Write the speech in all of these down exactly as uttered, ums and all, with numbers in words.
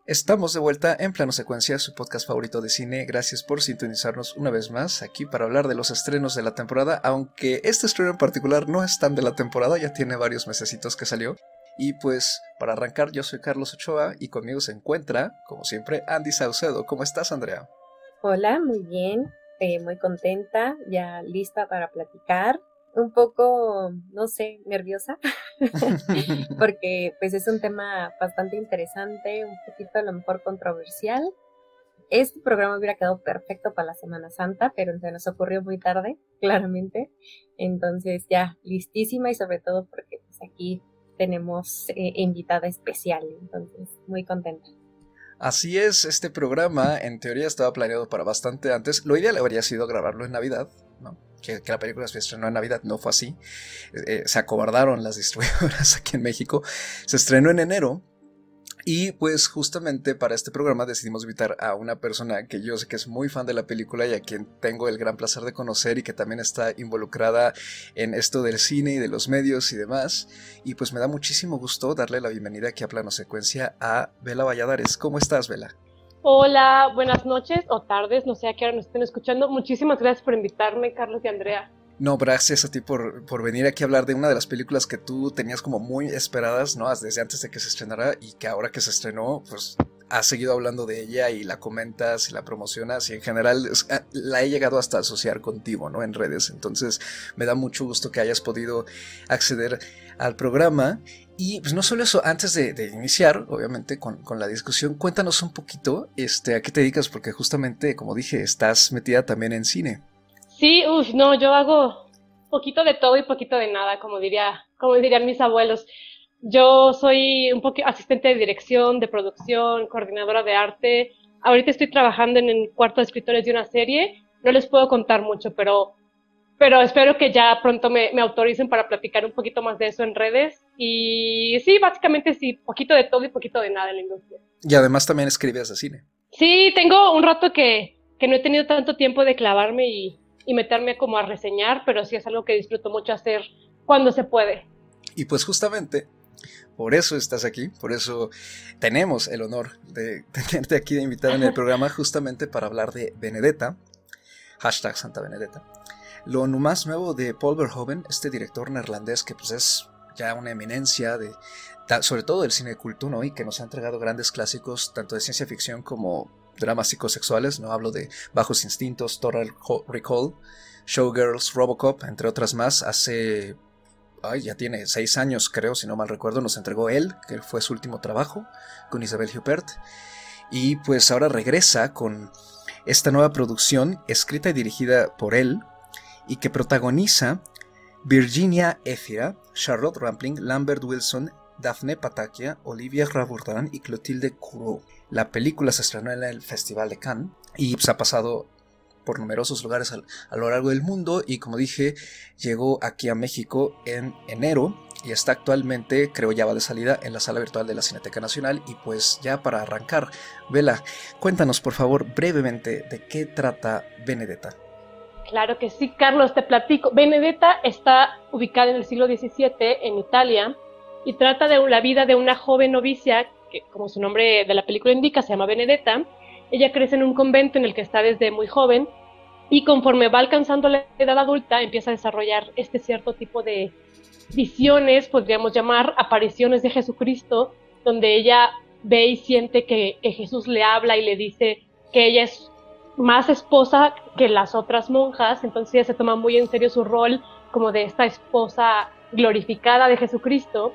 Estamos de vuelta en Plano Secuencia, su podcast favorito de cine. Gracias por sintonizarnos una vez más aquí para hablar de los estrenos de la temporada, aunque este estreno en particular no es tan de la temporada, ya tiene varios mesecitos que salió. Y pues, para arrancar, yo soy Carlos Ochoa y conmigo se encuentra, como siempre, Andy Saucedo. ¿Cómo estás, Andrea? Hola, muy bien, eh, muy contenta, ya lista para platicar. Un poco, no sé, nerviosa, porque pues es un tema bastante interesante, un poquito a lo mejor controversial. Este programa hubiera quedado perfecto para la Semana Santa, pero se nos ocurrió muy tarde, claramente. Entonces ya listísima y sobre todo porque pues aquí tenemos eh, invitada especial, entonces muy contenta. Así es, este programa en teoría estaba planeado para bastante antes. Lo ideal habría sido grabarlo en Navidad, ¿no? Que, que la película se estrenó en Navidad, no fue así. Eh, se acobardaron las distribuidoras aquí en México. Se estrenó en enero. Y pues justamente para este programa decidimos invitar a una persona que yo sé que es muy fan de la película y a quien tengo el gran placer de conocer y que también está involucrada en esto del cine y de los medios y demás. Y pues me da muchísimo gusto darle la bienvenida aquí a Plano Secuencia a Bela Valladares. ¿Cómo estás, Bela? Hola, buenas noches o tardes, no sé a qué hora nos estén escuchando. Muchísimas gracias por invitarme, Carlos y Andrea. No, gracias a ti por, por venir aquí a hablar de una de las películas que tú tenías como muy esperadas, ¿no? Desde antes de que se estrenara y que ahora que se estrenó, pues has seguido hablando de ella y la comentas y la promocionas y en general es, la he llegado hasta a asociar contigo, ¿no? En redes. Entonces me da mucho gusto que hayas podido acceder al programa. Y pues no solo eso, antes de, de iniciar, obviamente, con, con la discusión, cuéntanos un poquito este, a qué te dedicas, porque justamente, como dije, estás metida también en cine. Sí, uff, no, yo hago poquito de todo y poquito de nada, como diría, como dirían mis abuelos. Yo soy un poco asistente de dirección, de producción, coordinadora de arte. Ahorita estoy trabajando en el cuarto de escritores de una serie. No les puedo contar mucho, pero, pero espero que ya pronto me, me autoricen para platicar un poquito más de eso en redes. Y sí, básicamente sí, poquito de todo y poquito de nada en la industria. Y además también escribes de cine. Sí, tengo un rato que, que no he tenido tanto tiempo de clavarme y y meterme como a reseñar, pero sí es algo que disfruto mucho hacer cuando se puede. Y pues justamente por eso estás aquí, por eso tenemos el honor de tenerte aquí de invitada en el programa justamente para hablar de Benedetta, hashtag Santa Benedetta, lo más nuevo de Paul Verhoeven, este director neerlandés que pues es ya una eminencia de, sobre todo del cine de culto, ¿no? Y que nos ha entregado grandes clásicos tanto de ciencia ficción como dramas psicosexuales, no hablo de Bajos Instintos, Total Recall, Showgirls, Robocop, entre otras más. Hace, ay, ya tiene seis años creo, si no mal recuerdo, nos entregó él, que fue su último trabajo con Isabelle Huppert, y pues ahora regresa con esta nueva producción escrita y dirigida por él y que protagoniza Virginia Efira, Charlotte Rampling, Lambert Wilson, Daphne Patakia, Olivia Ravurdan y Clotilde Courreau. La película se estrenó en el Festival de Cannes y se ha pasado por numerosos lugares a, a lo largo del mundo y, como dije, llegó aquí a México en enero y está actualmente, creo ya va de salida, en la sala virtual de la Cineteca Nacional. Y pues ya para arrancar, Bela, cuéntanos por favor brevemente de qué trata Benedetta. Claro que sí, Carlos, te platico. Benedetta está ubicada en el siglo diecisiete en Italia y trata de la vida de una joven novicia que, como su nombre de la película indica, se llama Benedetta. Ella crece en un convento en el que está desde muy joven y conforme va alcanzando la edad adulta empieza a desarrollar este cierto tipo de visiones, podríamos llamar apariciones de Jesucristo, donde ella ve y siente que, que Jesús le habla y le dice que ella es más esposa que las otras monjas. Entonces ella se toma muy en serio su rol como de esta esposa glorificada de Jesucristo.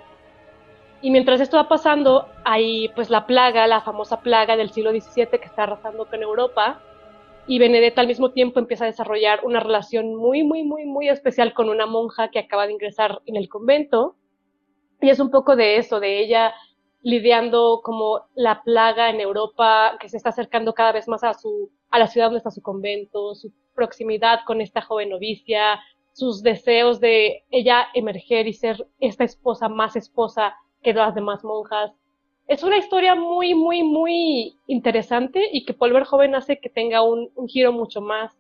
Y mientras esto va pasando, hay pues la plaga, la famosa plaga del siglo diecisiete que está arrasando con Europa, y Benedetta al mismo tiempo empieza a desarrollar una relación muy, muy, muy, muy especial con una monja que acaba de ingresar en el convento, y es un poco de eso, de ella lidiando como la plaga en Europa, que se está acercando cada vez más a, su, a la ciudad donde está su convento, su proximidad con esta joven novicia, sus deseos de ella emerger y ser esta esposa más esposa que las demás monjas. Es una historia muy, muy, muy interesante y que Paul Verhoeven hace que tenga un, un giro mucho más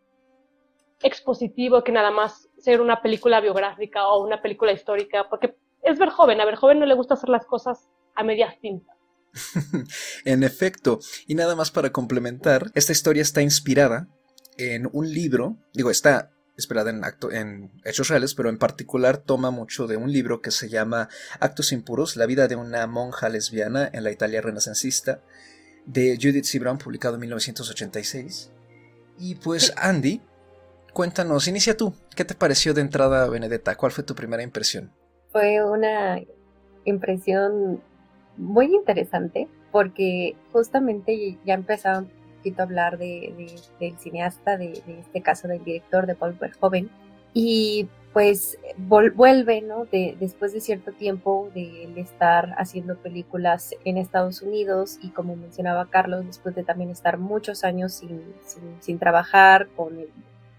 expositivo que nada más ser una película biográfica o una película histórica, porque es Verhoeven, a Verhoeven no le gusta hacer las cosas a medias tintas. En efecto, y nada más para complementar, esta historia está inspirada en un libro, digo, está inspirada en, acto, en hechos reales, pero en particular toma mucho de un libro que se llama Actos impuros, la vida de una monja lesbiana en la Italia renacentista, de Judith C. Brown, publicado en mil novecientos ochenta y seis. Y pues, Andy, cuéntanos, inicia tú, ¿qué te pareció de entrada, Benedetta? ¿Cuál fue tu primera impresión? Fue una impresión muy interesante, porque justamente ya empezaba un poquito a hablar de, de, del cineasta, de, de este caso del director, de Paul Verhoeven, y pues vol- vuelve, ¿no? De, después de cierto tiempo de él estar haciendo películas en Estados Unidos, y como mencionaba Carlos, después de también estar muchos años sin, sin, sin trabajar, con el,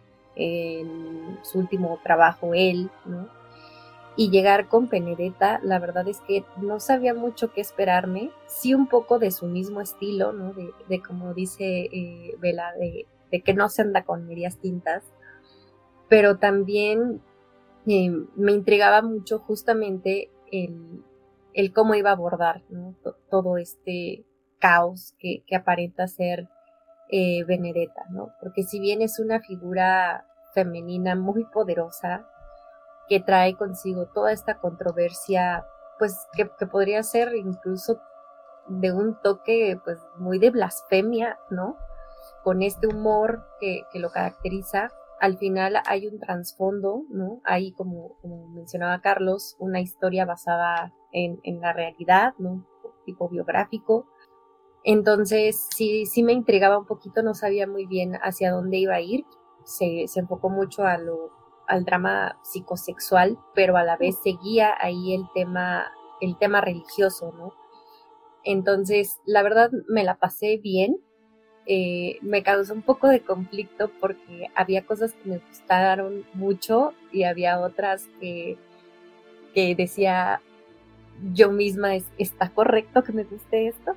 en su último trabajo él, ¿no? Y llegar con Benedetta, la verdad es que no sabía mucho qué esperarme, sí un poco de su mismo estilo, ¿no? De, de como dice eh, Bella, de, de que no se anda con medias tintas, pero también eh, me intrigaba mucho justamente el, el cómo iba a abordar, ¿no? Todo este caos que, que aparenta ser eh, Benedetta, ¿no? Porque si bien es una figura femenina muy poderosa, que trae consigo toda esta controversia, pues que, que podría ser incluso de un toque pues muy de blasfemia, ¿no? Con este humor que, que lo caracteriza, al final hay un trasfondo, ¿no? Hay, como, como mencionaba Carlos, una historia basada en, en la realidad, ¿no? Tipo biográfico. Entonces sí, sí me intrigaba un poquito, no sabía muy bien hacia dónde iba a ir. Se, se enfocó mucho a lo al drama psicosexual, pero a la vez seguía ahí el tema, el tema religioso, ¿no? Entonces, la verdad, me la pasé bien. Eh, me causó un poco de conflicto porque había cosas que me gustaron mucho y había otras que, que decía yo misma, es, ¿está correcto que me guste esto?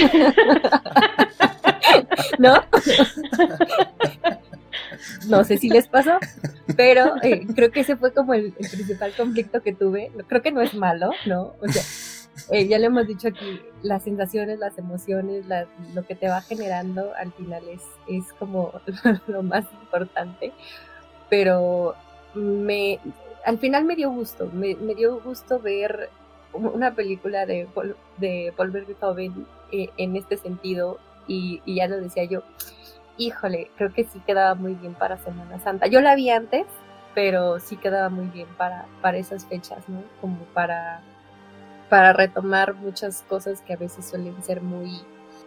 ¿No? No sé si les pasó, pero eh, creo que ese fue como el, el principal conflicto que tuve. Creo que no es malo, ¿no? O sea, eh, ya lo hemos dicho aquí, las sensaciones, las emociones, la, lo que te va generando al final es, es como lo más importante, pero me, al final me dio gusto, me, me dio gusto ver una película de Paul, de Paul Verhoeven eh, en este sentido, y, y ya lo decía yo, híjole, creo que sí quedaba muy bien para Semana Santa. Yo la vi antes, pero sí quedaba muy bien para, para esas fechas, ¿no? Como para, para retomar muchas cosas que a veces suelen ser muy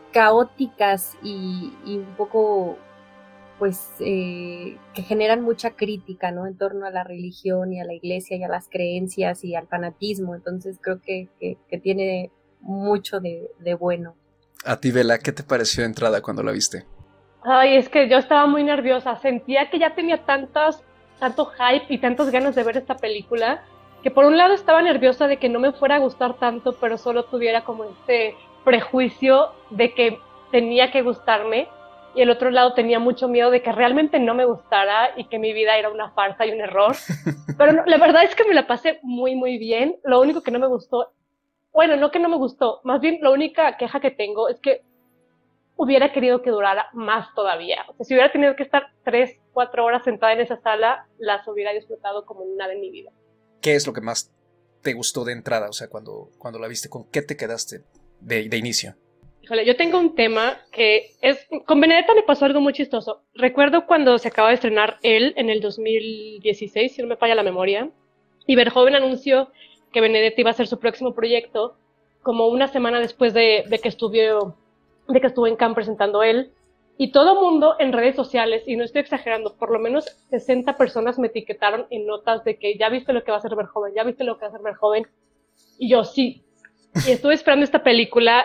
caóticas y, y un poco, pues, eh, que generan mucha crítica, ¿no? En torno a la religión y a la iglesia y a las creencias y al fanatismo. Entonces creo que, que, que tiene mucho de, de bueno. A ti, Bella, ¿qué te pareció de entrada cuando la viste? Ay, es que yo estaba muy nerviosa, sentía que ya tenía tantas, tanto hype y tantas ganas de ver esta película, que por un lado estaba nerviosa de que no me fuera a gustar tanto, pero solo tuviera como este prejuicio de que tenía que gustarme, y el otro lado tenía mucho miedo de que realmente no me gustara y que mi vida era una farsa y un error, pero no, la verdad es que me la pasé muy muy bien. Lo único que no me gustó, bueno, no que no me gustó, más bien la única queja que tengo es que hubiera querido que durara más todavía. O sea, si hubiera tenido que estar tres, cuatro horas sentada en esa sala, las hubiera disfrutado como nada en mi vida. ¿Qué es lo que más te gustó de entrada? O sea, cuando, cuando la viste, ¿con qué te quedaste de, de inicio? Híjole, yo tengo un tema que es... Con Benedetta me pasó algo muy chistoso. Recuerdo cuando se acaba de estrenar él en el dos mil dieciséis, si no me falla la memoria, y Verhoeven anunció que Benedetta iba a ser su próximo proyecto como una semana después de, de que estuvo... de que estuvo en Cannes presentando él, y todo mundo en redes sociales, y no estoy exagerando, por lo menos sesenta personas me etiquetaron en notas de que ya viste lo que va a hacer Verhoeven, ya viste lo que va a hacer Verhoeven, y yo sí, y estuve esperando esta película,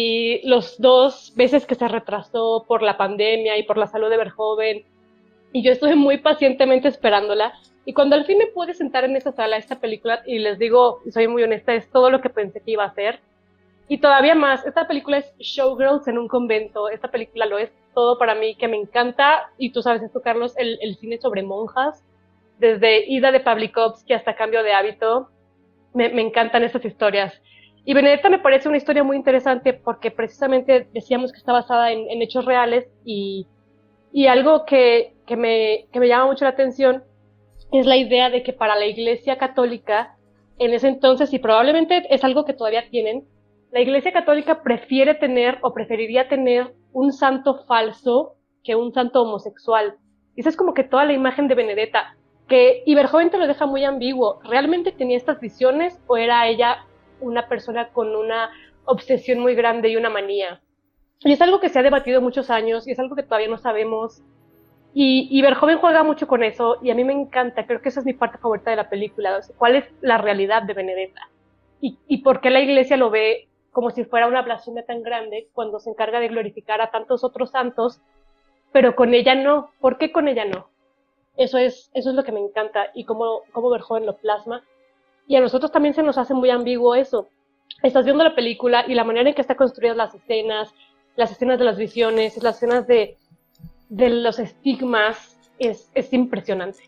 y los dos veces que se retrasó por la pandemia y por la salud de Verhoeven, y yo estuve muy pacientemente esperándola, y cuando al fin me pude sentar en esa sala, esta película, y les digo, y soy muy honesta, es todo lo que pensé que iba a ser. Y todavía más, esta película es Showgirls en un convento, esta película lo es todo para mí, que me encanta, y tú sabes esto, Carlos, el, el cine sobre monjas, desde Ida de Pawlikowski hasta Cambio de Hábito, me, me encantan estas historias. Y Benedetta me parece una historia muy interesante porque precisamente decíamos que está basada en, en hechos reales y, y algo que, que, me, que me llama mucho la atención es la idea de que para la Iglesia Católica en ese entonces, y probablemente es algo que todavía tienen, la Iglesia Católica prefiere tener o preferiría tener un santo falso que un santo homosexual. Y esa es como que toda la imagen de Benedetta, que y Verhoeven te lo deja muy ambiguo. ¿Realmente tenía estas visiones o era ella una persona con una obsesión muy grande y una manía? Y es algo que se ha debatido muchos años y es algo que todavía no sabemos. Y, y Verhoeven juega mucho con eso y a mí me encanta, creo que esa es mi parte favorita de la película. O sea, ¿cuál es la realidad de Benedetta? Y, y por qué la Iglesia lo ve como si fuera una blasfemia tan grande cuando se encarga de glorificar a tantos otros santos, pero con ella no. ¿Por qué con ella no? Eso es, eso es lo que me encanta y cómo, cómo Verhoeven lo plasma. Y a nosotros también se nos hace muy ambiguo eso. Estás viendo la película y la manera en que están construidas las escenas, las escenas de las visiones, las escenas de, de los estigmas, es, es impresionante.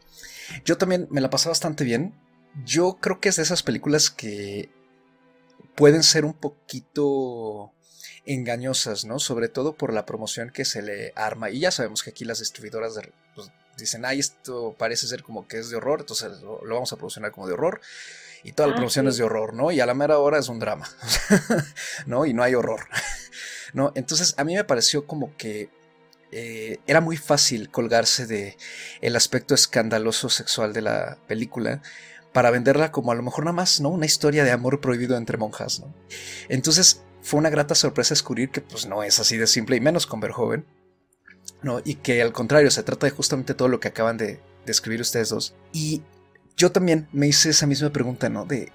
Yo también me la pasé bastante bien. Yo creo que es de esas películas que pueden ser un poquito engañosas, ¿no? Sobre todo por la promoción que se le arma. Y ya sabemos que aquí las distribuidoras de, pues, dicen, ay, esto parece ser como que es de horror, entonces lo, lo vamos a promocionar como de horror. Y toda la ah, promoción sí. es de horror, ¿no? Y a la mera hora es un drama, ¿no? Y no hay horror, ¿no? Entonces a mí me pareció como que eh, era muy fácil colgarse de el aspecto escandaloso sexual de la película para venderla como a lo mejor nada más, ¿no? Una historia de amor prohibido entre monjas, ¿no? Entonces fue una grata sorpresa descubrir que pues no es así de simple, y menos con Verhoeven, ¿no? Y que al contrario se trata de justamente todo lo que acaban de describir ustedes dos. Y yo también me hice esa misma pregunta, ¿no? De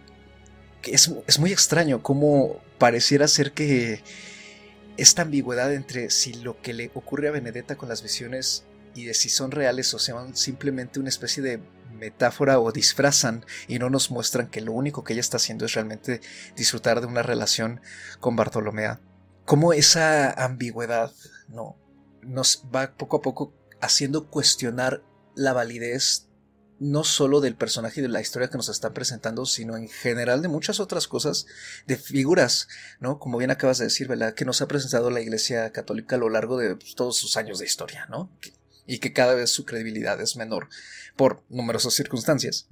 que es, es muy extraño cómo pareciera ser que esta ambigüedad entre si lo que le ocurre a Benedetta con las visiones y de si son reales o sean simplemente una especie de metáfora o disfrazan y no nos muestran que lo único que ella está haciendo es realmente disfrutar de una relación con Bartolomea. Cómo esa ambigüedad, ¿no? Nos va poco a poco haciendo cuestionar la validez no solo del personaje y de la historia que nos está presentando, sino en general de muchas otras cosas, de figuras, ¿no? Como bien acabas de decir, ¿verdad? Que nos ha presentado la Iglesia Católica a lo largo de pues, todos sus años de historia, ¿no? Que, y que cada vez su credibilidad es menor por numerosas circunstancias.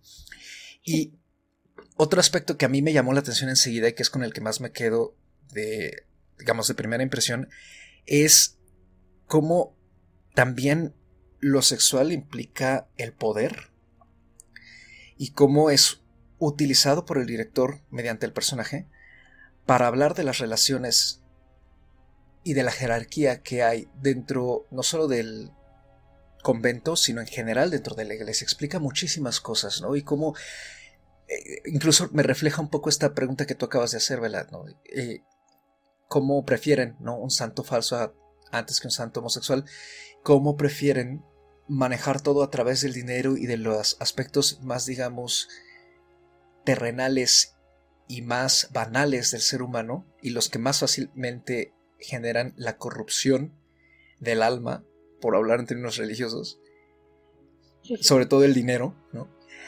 Y otro aspecto que a mí me llamó la atención enseguida y que es con el que más me quedo de, digamos, de primera impresión, es cómo también lo sexual implica el poder y cómo es utilizado por el director mediante el personaje para hablar de las relaciones y de la jerarquía que hay dentro no solo del convento, sino en general dentro de la iglesia. Explica muchísimas cosas, ¿no? Y cómo eh, incluso me refleja un poco esta pregunta que tú acabas de hacer, ¿verdad? ¿No? Eh, cómo prefieren, ¿no? Un santo falso a, antes que un santo homosexual, cómo prefieren manejar todo a través del dinero y de los aspectos más, digamos, terrenales y más banales del ser humano, y los que más fácilmente generan la corrupción del alma, por hablar en términos religiosos, sí, sí. sobre todo el dinero, ¿no?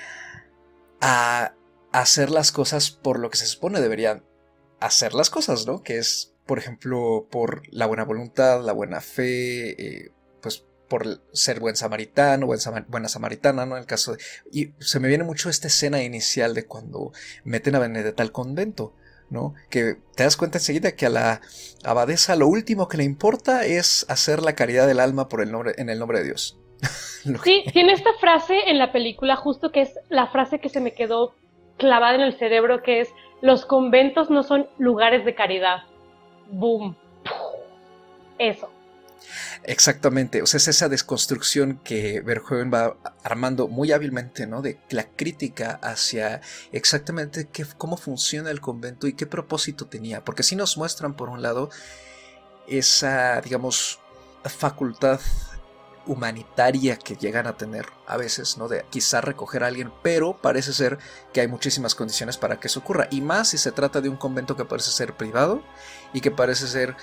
A hacer las cosas por lo que se supone deberían hacer las cosas, ¿no? Que es, por ejemplo, por la buena voluntad, la buena fe, eh, pues por ser buen samaritano, buen sama- buena samaritana, ¿no? En el caso de... Y se me viene mucho esta escena inicial de cuando meten a Benedetta al convento, ¿no? Que te das cuenta enseguida que a la abadesa lo último que le importa es hacer la caridad del alma por el nombre, en el nombre de Dios. Sí, tiene esta frase en la película justo que es la frase que se me quedó clavada en el cerebro, que es: los conventos no son lugares de caridad. Boom. Eso. Exactamente, o sea, es esa desconstrucción que Verhoeven va armando muy hábilmente, ¿no? De la crítica hacia exactamente qué, cómo funciona el convento y qué propósito tenía, porque sí nos muestran por un lado esa, digamos, facultad humanitaria que llegan a tener a veces, ¿no? De quizá recoger a alguien, pero parece ser que hay muchísimas condiciones para que eso ocurra, y más si se trata de un convento que parece ser privado y que parece ser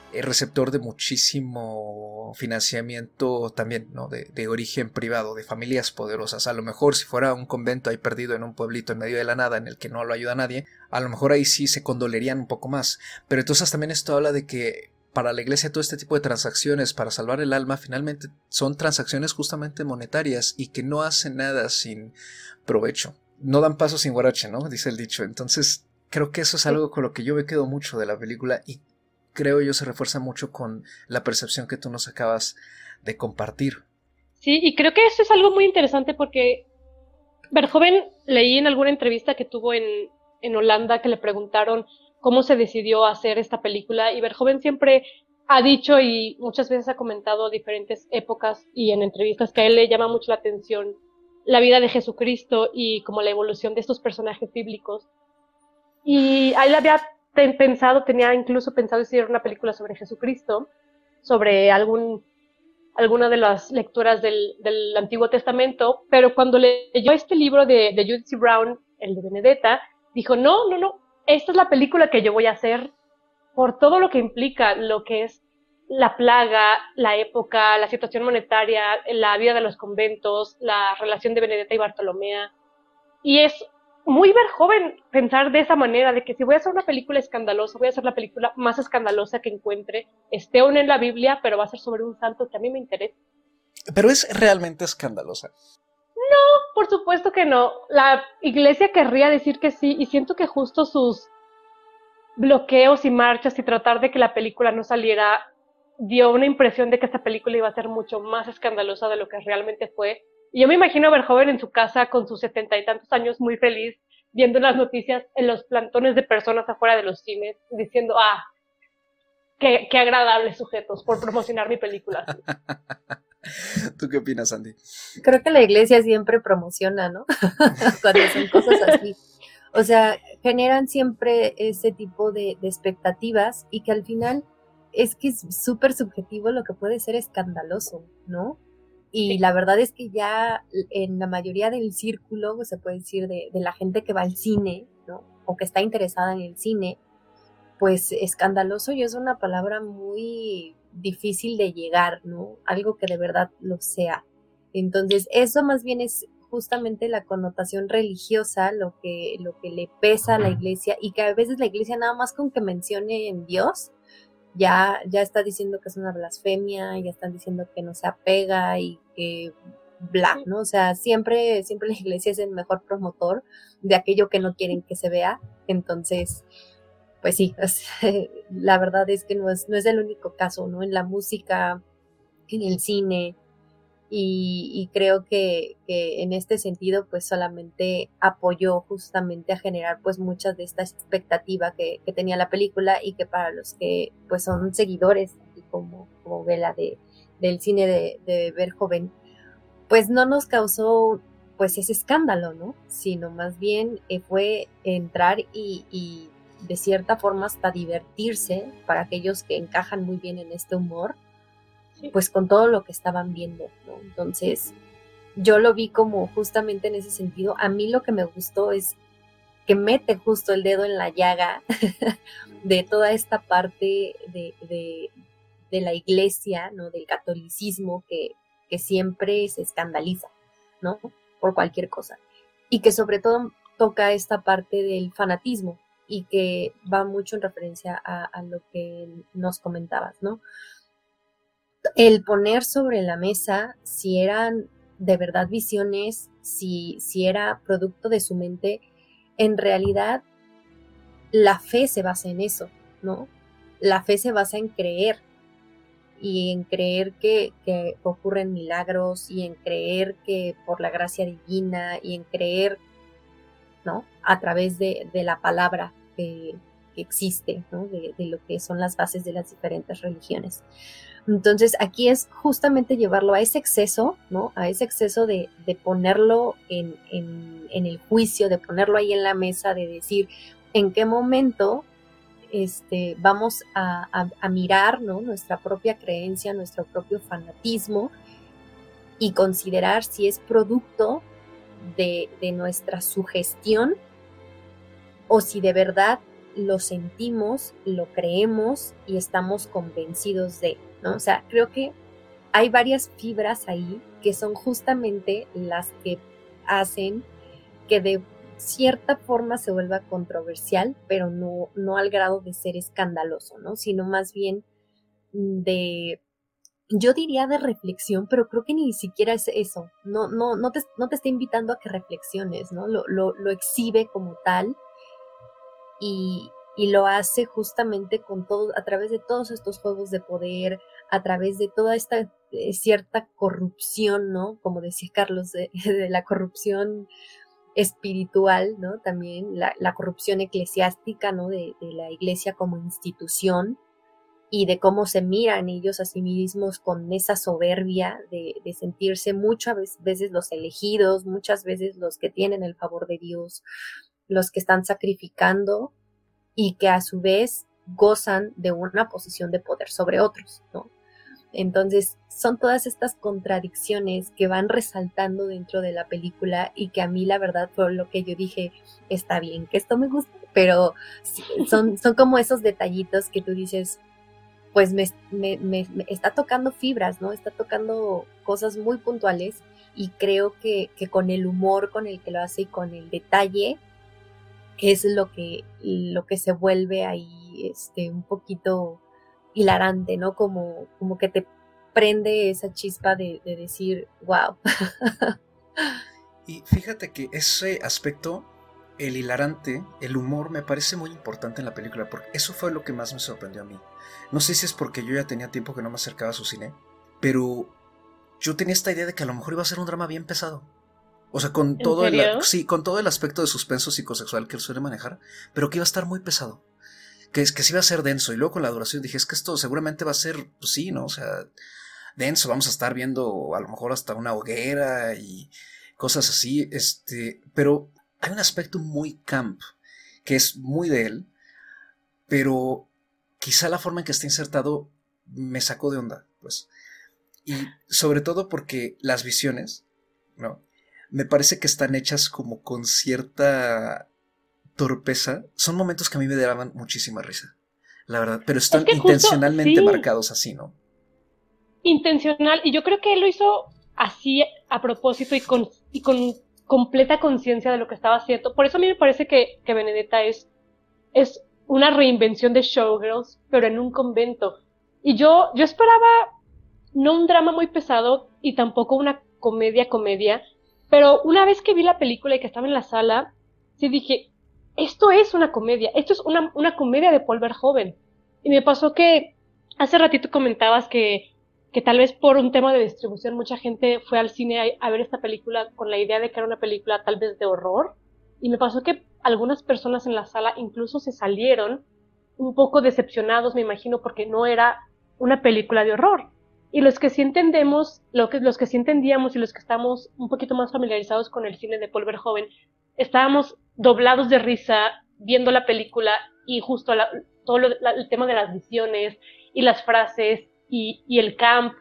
eh, receptor de muchísimo financiamiento también, ¿no? De, de origen privado, de familias poderosas. A lo mejor si fuera un convento ahí perdido en un pueblito en medio de la nada en el que no lo ayuda nadie, a lo mejor ahí sí se condolerían un poco más. Pero entonces también esto habla de que para la iglesia todo este tipo de transacciones para salvar el alma finalmente son transacciones justamente monetarias y que no hacen nada sin provecho. No dan paso sin guarache, ¿no? Dice el dicho. Entonces creo que eso es algo con lo que yo me quedo mucho de la película y creo yo se refuerza mucho con la percepción que tú nos acabas de compartir. Sí, y creo que eso es algo muy interesante porque Verhoeven, leí en alguna entrevista que tuvo en, en Holanda que le preguntaron cómo se decidió hacer esta película y Verhoeven siempre ha dicho y muchas veces ha comentado diferentes épocas y en entrevistas que a él le llama mucho la atención la vida de Jesucristo y como la evolución de estos personajes bíblicos. Y a él había ten, pensado, tenía incluso pensado hacer una película sobre Jesucristo, sobre algún, alguna de las lecturas del, del Antiguo Testamento, pero cuando leyó este libro de, de Judith C. Brown, el de Benedetta, dijo, no, no, no, esta es la película que yo voy a hacer por todo lo que implica, lo que es la plaga, la época, la situación monetaria, la vida de los conventos, la relación de Benedetta y Bartolomea. Y es muy Verhoeven pensar de esa manera, de que si voy a hacer una película escandalosa, voy a hacer la película más escandalosa que encuentre, esté aún en la Biblia, pero va a ser sobre un santo que a mí me interesa. Pero es realmente escandalosa. No, por supuesto que no. La iglesia querría decir que sí, y siento que justo sus bloqueos y marchas y tratar de que la película no saliera dio una impresión de que esta película iba a ser mucho más escandalosa de lo que realmente fue. Y yo me imagino a Verhoeven en su casa con sus setenta y tantos años muy feliz, viendo las noticias en los plantones de personas afuera de los cines, diciendo, ah, qué, qué agradables sujetos por promocionar mi película. ¿Tú qué opinas, Andy? Creo que la iglesia siempre promociona, ¿no? Cuando son cosas así. O sea, generan siempre ese tipo de, de expectativas y que al final es que es súper subjetivo lo que puede ser escandaloso, ¿no? Y sí. La verdad es que ya en la mayoría del círculo, se puede decir, de, de la gente que va al cine, ¿no? O que está interesada en el cine, pues escandaloso ya es una palabra muy difícil de llegar, ¿no? Algo que de verdad lo sea. Entonces, eso más bien es justamente la connotación religiosa, lo que, lo que le pesa a la iglesia, y que a veces la iglesia nada más con que mencione en Dios, ya, ya está diciendo que es una blasfemia, ya están diciendo que no se apega y que bla, ¿no? O sea, siempre, siempre la iglesia es el mejor promotor de aquello que no quieren que se vea. Entonces, pues sí, o sea, la verdad es que no es, no es el único caso, ¿no? En la música, en el cine, y, y creo que, que en este sentido pues solamente apoyó justamente a generar pues muchas de esta expectativa que, que tenía la película, y que para los que pues son seguidores como, como Vela de, del cine de, de Verhoeven, pues no nos causó pues ese escándalo, ¿no? Sino más bien eh, fue entrar y, y de cierta forma hasta divertirse para aquellos que encajan muy bien en este humor, pues con todo lo que estaban viendo, ¿no? Entonces, yo lo vi como justamente en ese sentido. A mí lo que me gustó es que mete justo el dedo en la llaga de toda esta parte de, de, de la iglesia, ¿no? Del catolicismo que, que siempre se escandaliza, ¿no? Por cualquier cosa. Y que sobre todo toca esta parte del fanatismo y que va mucho en referencia a, a lo que nos comentabas, ¿no? El poner sobre la mesa si eran de verdad visiones, si, si era producto de su mente. En realidad la fe se basa en eso, ¿no? La fe se basa en creer, y en creer que, que ocurren milagros, y en creer que por la gracia divina, y en creer, ¿no? A través de, de la palabra que, que existe, ¿no? De, de lo que son las bases de las diferentes religiones. Entonces aquí es justamente llevarlo a ese exceso, ¿no? A ese exceso de, de ponerlo en, en, en el juicio, de ponerlo ahí en la mesa, de decir en qué momento este, vamos a, a, a mirar, ¿no? Nuestra propia creencia, nuestro propio fanatismo, y considerar si es producto de, de nuestra sugestión o si de verdad lo sentimos, lo creemos y estamos convencidos de, ¿no? O sea, creo que hay varias fibras ahí que son justamente las que hacen que de cierta forma se vuelva controversial, pero no, no al grado de ser escandaloso, ¿no? Sino más bien de, yo diría de reflexión, pero creo que ni siquiera es eso. No, no, no te, no te está invitando a que reflexiones, ¿no? Lo, lo, lo exhibe como tal y, y lo hace justamente con todo, a través de todos estos juegos de poder, a través de toda esta eh, cierta corrupción, ¿no? Como decía Carlos, de, de la corrupción espiritual, ¿no? También la, la corrupción eclesiástica, ¿no? De, de la iglesia como institución y de cómo se miran ellos a sí mismos con esa soberbia de, de sentirse muchas veces los elegidos, muchas veces los que tienen el favor de Dios, los que están sacrificando y que a su vez gozan de una posición de poder sobre otros, ¿no? Entonces son todas estas contradicciones que van resaltando dentro de la película y que a mí la verdad fue lo que yo dije, está bien que esto me gusta, pero son, son como esos detallitos que tú dices, pues me, me, me, me está tocando fibras, ¿no? Está tocando cosas muy puntuales y creo que, que con el humor con el que lo hace y con el detalle es lo que, lo que se vuelve ahí este, un poquito hilarante, ¿no? Como, como que te prende esa chispa de, de decir, wow. Y fíjate que ese aspecto, el hilarante, el humor, me parece muy importante en la película, porque eso fue lo que más me sorprendió a mí. No sé si es porque yo ya tenía tiempo que no me acercaba a su cine, pero yo tenía esta idea de que a lo mejor iba a ser un drama bien pesado. O sea, con todo el, sí, con todo el aspecto de suspenso psicosexual que él suele manejar, pero que iba a estar muy pesado. Que, que sí iba a ser denso, y luego con la duración dije, es que esto seguramente va a ser, pues sí, ¿no? O sea, denso, vamos a estar viendo a lo mejor hasta una hoguera y cosas así, este, pero hay un aspecto muy camp, que es muy de él, pero quizá la forma en que está insertado me sacó de onda, pues, y sobre todo porque las visiones, ¿no? Me parece que están hechas como con cierta torpeza. Son momentos que a mí me daban muchísima risa, la verdad, pero están es que intencionalmente justo, sí, marcados así, ¿no? Intencional, y yo creo que él lo hizo así a propósito y con, y con completa conciencia de lo que estaba haciendo. Por eso a mí me parece que, que Benedetta es, es una reinvención de Showgirls, pero en un convento. Y yo, yo esperaba no un drama muy pesado y tampoco una comedia comedia, pero una vez que vi la película y que estaba en la sala, sí dije, esto es una comedia, esto es una, una comedia de Paul Verhoeven. Y me pasó que hace ratito comentabas que, que tal vez por un tema de distribución mucha gente fue al cine a, a ver esta película con la idea de que era una película tal vez de horror. Y me pasó que algunas personas en la sala incluso se salieron un poco decepcionados, me imagino, porque no era una película de horror. Y los que sí entendemos, lo que, los que sí entendíamos y los que estamos un poquito más familiarizados con el cine de Paul Verhoeven, estábamos doblados de risa viendo la película y justo la, todo lo, la, el tema de las visiones y las frases y, y el camp.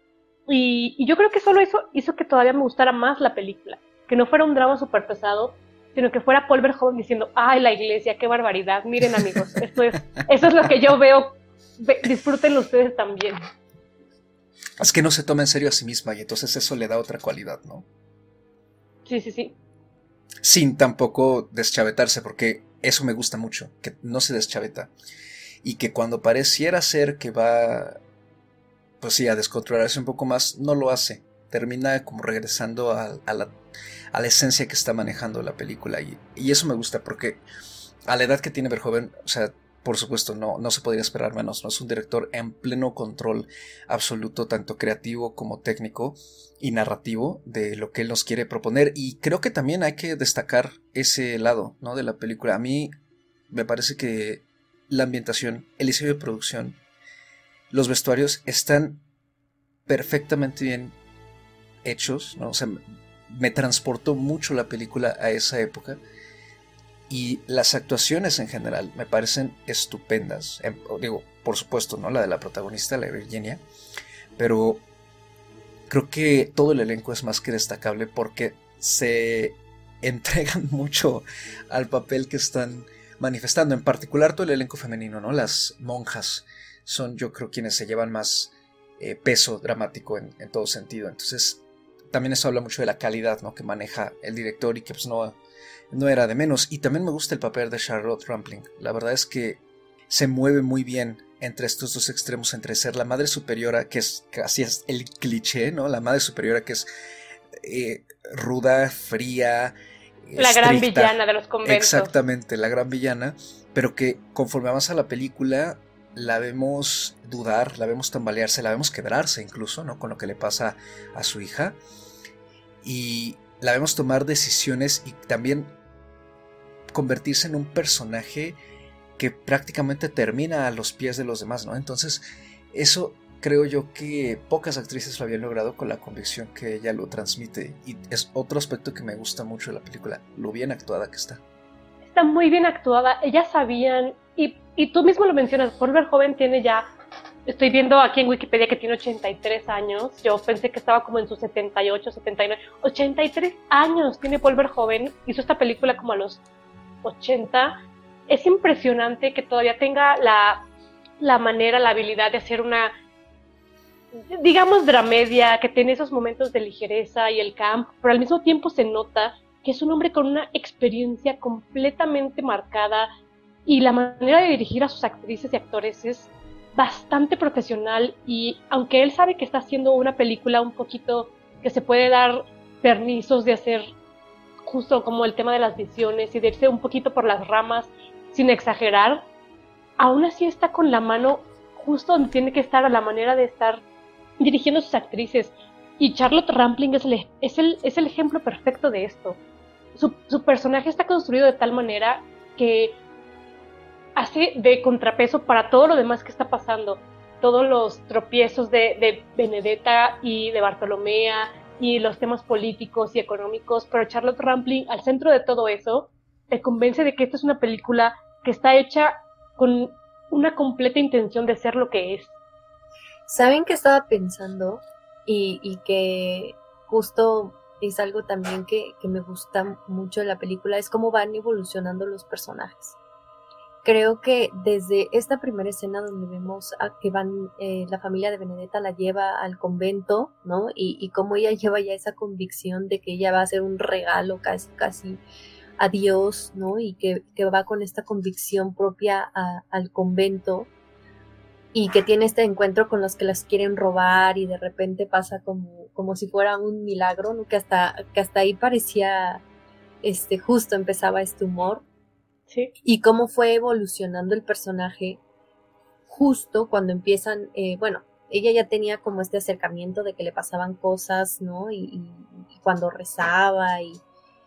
Y, y yo creo que solo eso hizo que todavía me gustara más la película. Que no fuera un drama súper pesado, sino que fuera Paul Verhoeven diciendo, ¡ay, la iglesia, qué barbaridad! Miren, amigos, esto es, eso es lo que yo veo. Disfrútenlo ustedes también. Es que no se toma en serio a sí misma y entonces eso le da otra cualidad, ¿no? Sí, sí, sí. Sin tampoco deschavetarse, porque eso me gusta mucho, que no se deschaveta. Y que cuando pareciera ser que va, pues sí, a descontrolarse un poco más, no lo hace. Termina como regresando a, a, la, a la esencia que está manejando la película. Y, y eso me gusta, porque a la edad que tiene Verhoeven, o sea, por supuesto, no, no se podría esperar menos, ¿no? Es un director en pleno control absoluto, tanto creativo como técnico y narrativo de lo que él nos quiere proponer. Y creo que también hay que destacar ese lado, ¿no? De la película. A mí me parece que la ambientación, el diseño de producción, los vestuarios están perfectamente bien hechos, ¿no? O sea, me transportó mucho la película a esa época. Y las actuaciones en general me parecen estupendas. Eh, digo, por supuesto, ¿no? La de la protagonista, la de Virginia. Pero creo que todo el elenco es más que destacable porque se entregan mucho al papel que están manifestando, en particular todo el elenco femenino, ¿no? Las monjas son, yo creo, quienes se llevan más eh, peso dramático en, en todo sentido. Entonces, también eso habla mucho de la calidad, ¿no? Que maneja el director y que pues no, no era de menos. Y también me gusta el papel de Charlotte Rampling. La verdad es que se mueve muy bien entre estos dos extremos, entre ser la madre superiora, que es casi es el cliché, ¿no? La madre superiora que es eh, ruda, fría, la estricta, gran villana de los conventos. Exactamente, la gran villana, pero que conforme avanza la película la vemos dudar, la vemos tambalearse, la vemos quebrarse incluso, ¿no? Con lo que le pasa a su hija, y la vemos tomar decisiones y también convertirse en un personaje que prácticamente termina a los pies de los demás, ¿no? Entonces, eso creo yo que pocas actrices lo habían logrado con la convicción que ella lo transmite, y es otro aspecto que me gusta mucho de la película, lo bien actuada que está. Está muy bien actuada, ellas sabían, y, y tú mismo lo mencionas, Paul Verhoeven tiene ya, estoy viendo aquí en Wikipedia que tiene ochenta y tres años, yo pensé que estaba como en sus setenta y ocho, setenta y nueve, ochenta y tres años tiene Paul Verhoeven, hizo esta película como a los ochenta. Es impresionante que todavía tenga la, la manera, la habilidad de hacer una, digamos, dramedia, que tiene esos momentos de ligereza y el camp, pero al mismo tiempo se nota que es un hombre con una experiencia completamente marcada, y la manera de dirigir a sus actrices y actores es bastante profesional, y aunque él sabe que está haciendo una película un poquito que se puede dar permisos de hacer justo como el tema de las visiones y de irse un poquito por las ramas sin exagerar, aún así está con la mano justo donde tiene que estar, a la manera de estar dirigiendo a sus actrices. Y Charlotte Rampling es el, es el, es el ejemplo perfecto de esto. Su, su personaje está construido de tal manera que hace de contrapeso para todo lo demás que está pasando. Todos los tropiezos de, de Benedetta y de Bartolomea y los temas políticos y económicos, pero Charlotte Rampling, al centro de todo eso, te convence de que esta es una película que está hecha con una completa intención de ser lo que es. ¿Saben qué estaba pensando? Y, y que justo es algo también que, que me gusta mucho de la película, es cómo van evolucionando los personajes. Creo que desde esta primera escena donde vemos a que van, eh, la familia de Benedetta la lleva al convento, ¿no? Y, y cómo ella lleva ya esa convicción de que ella va a ser un regalo casi, casi a Dios, ¿no? Y que, que va con esta convicción propia a, al convento, y que tiene este encuentro con los que las quieren robar, y de repente pasa como, como si fuera un milagro, ¿no? Que hasta, que hasta ahí parecía, este, justo empezaba este humor. Sí. Y cómo fue evolucionando el personaje justo cuando empiezan, eh, bueno, ella ya tenía como este acercamiento de que le pasaban cosas, ¿no? Y, y, y cuando rezaba, y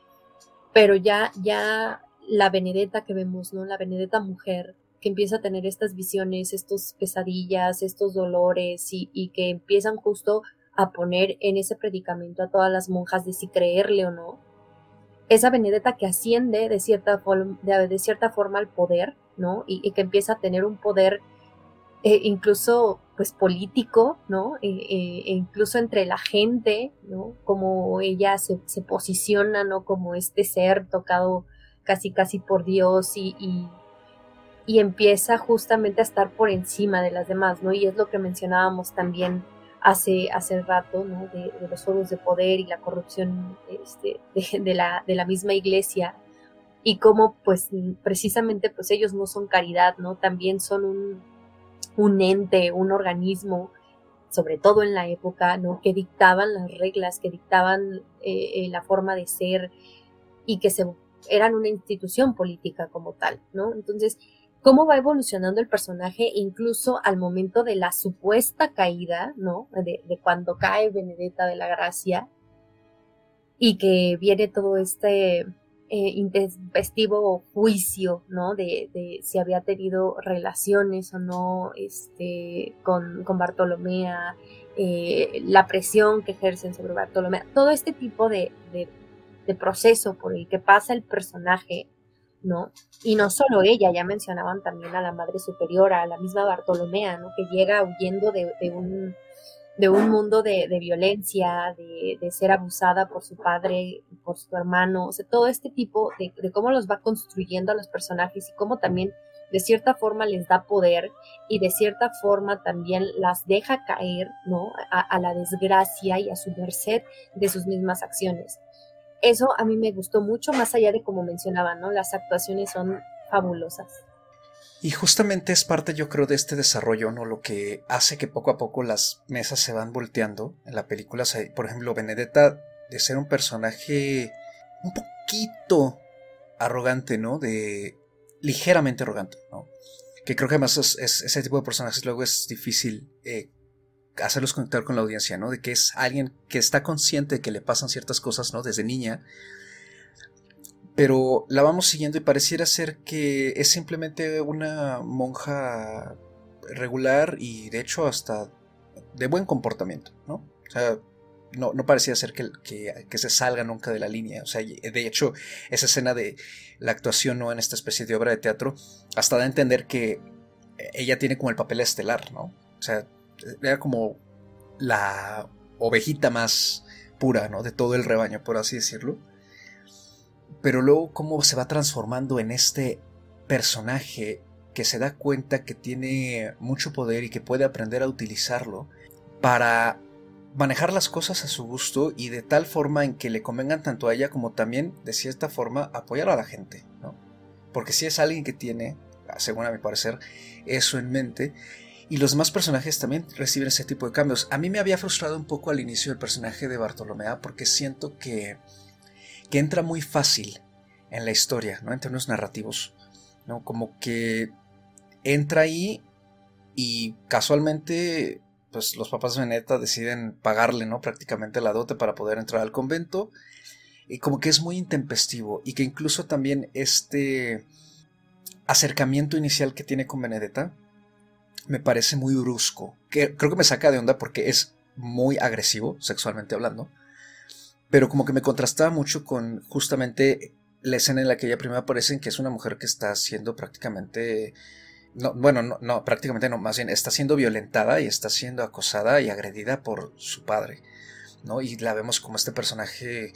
pero ya, ya la Benedetta que vemos, ¿no? La Benedetta mujer, que empieza a tener estas visiones, estas pesadillas, estos dolores, y, y que empiezan justo a poner en ese predicamento a todas las monjas de si creerle o no. Esa Benedetta que asciende de cierta, forma, de, de cierta forma al poder, ¿no? Y, y que empieza a tener un poder eh, incluso pues político, ¿no? Eh, eh, e incluso entre la gente, ¿no? Como ella se, se posiciona, ¿no? Como este ser tocado casi casi por Dios, y, y, y empieza justamente a estar por encima de las demás, ¿no? Y es lo que mencionábamos también hace, hace rato, ¿no? De, de los juegos de poder y la corrupción este, de, de, la, de la misma iglesia, y cómo pues precisamente pues ellos no son caridad, ¿no? También son un, un ente, un organismo, sobre todo en la época, ¿no? Que dictaban las reglas, que dictaban eh, la forma de ser, y que se, eran una institución política como tal, ¿no? Entonces, cómo va evolucionando el personaje incluso al momento de la supuesta caída, ¿no? De, de cuando cae Benedetta de la Gracia, y que viene todo este eh, intempestivo juicio, ¿no? De, de si había tenido relaciones o no este, con, con Bartolomea, eh, la presión que ejercen sobre Bartolomea, todo este tipo de, de, de proceso por el que pasa el personaje, ¿no? Y no solo ella, ya mencionaban también a la Madre Superiora, a la misma Bartolomea, ¿no? Que llega huyendo de, de un de un mundo de, de violencia, de, de ser abusada por su padre, por su hermano, o sea, todo este tipo de, de cómo los va construyendo a los personajes y cómo también de cierta forma les da poder y de cierta forma también las deja caer, ¿no? A, a la desgracia y a su merced de sus mismas acciones. Eso a mí me gustó mucho, más allá de como mencionaba, ¿no? Las actuaciones son fabulosas. Y justamente es parte, yo creo, de este desarrollo, ¿no? Lo que hace que poco a poco las mesas se van volteando en la película. O sea, por ejemplo, Benedetta, de ser un personaje un poquito arrogante, ¿no? De ligeramente arrogante, ¿no? Que creo que además es, es, ese tipo de personajes luego es difícil eh, hacerlos conectar con la audiencia, ¿no? De que es alguien que está consciente de que le pasan ciertas cosas, ¿no? Desde niña. Pero la vamos siguiendo y pareciera ser que es simplemente una monja regular y de hecho hasta de buen comportamiento, ¿no? O sea, no, no parecía ser que, que, que se salga nunca de la línea. O sea, de hecho, esa escena de la actuación, ¿no? En esta especie de obra de teatro, hasta da a entender que ella tiene como el papel estelar, ¿no? O sea, era como la ovejita más pura, ¿no? De todo el rebaño, por así decirlo. Pero luego cómo se va transformando en este personaje que se da cuenta que tiene mucho poder y que puede aprender a utilizarlo para manejar las cosas a su gusto y de tal forma en que le convengan tanto a ella como también, de cierta forma, apoyar a la gente, ¿no? Porque si es alguien que tiene, según a mi parecer, eso en mente, y los demás personajes también reciben ese tipo de cambios. A mí me había frustrado un poco al inicio el personaje de Bartolomea porque siento que que entra muy fácil en la historia, ¿no? En términos narrativos, ¿no? Como que entra ahí y casualmente pues los papás de Benedetta deciden pagarle, ¿no? Prácticamente la dote para poder entrar al convento, y como que es muy intempestivo y que incluso también este acercamiento inicial que tiene con Benedetta me parece muy brusco, que creo que me saca de onda porque es muy agresivo sexualmente hablando. Pero como que me contrastaba mucho con justamente la escena en la que ella primero aparece, que es una mujer que está siendo prácticamente... No, bueno, no, no, prácticamente no, más bien está siendo violentada y está siendo acosada y agredida por su padre, ¿no? Y la vemos como este personaje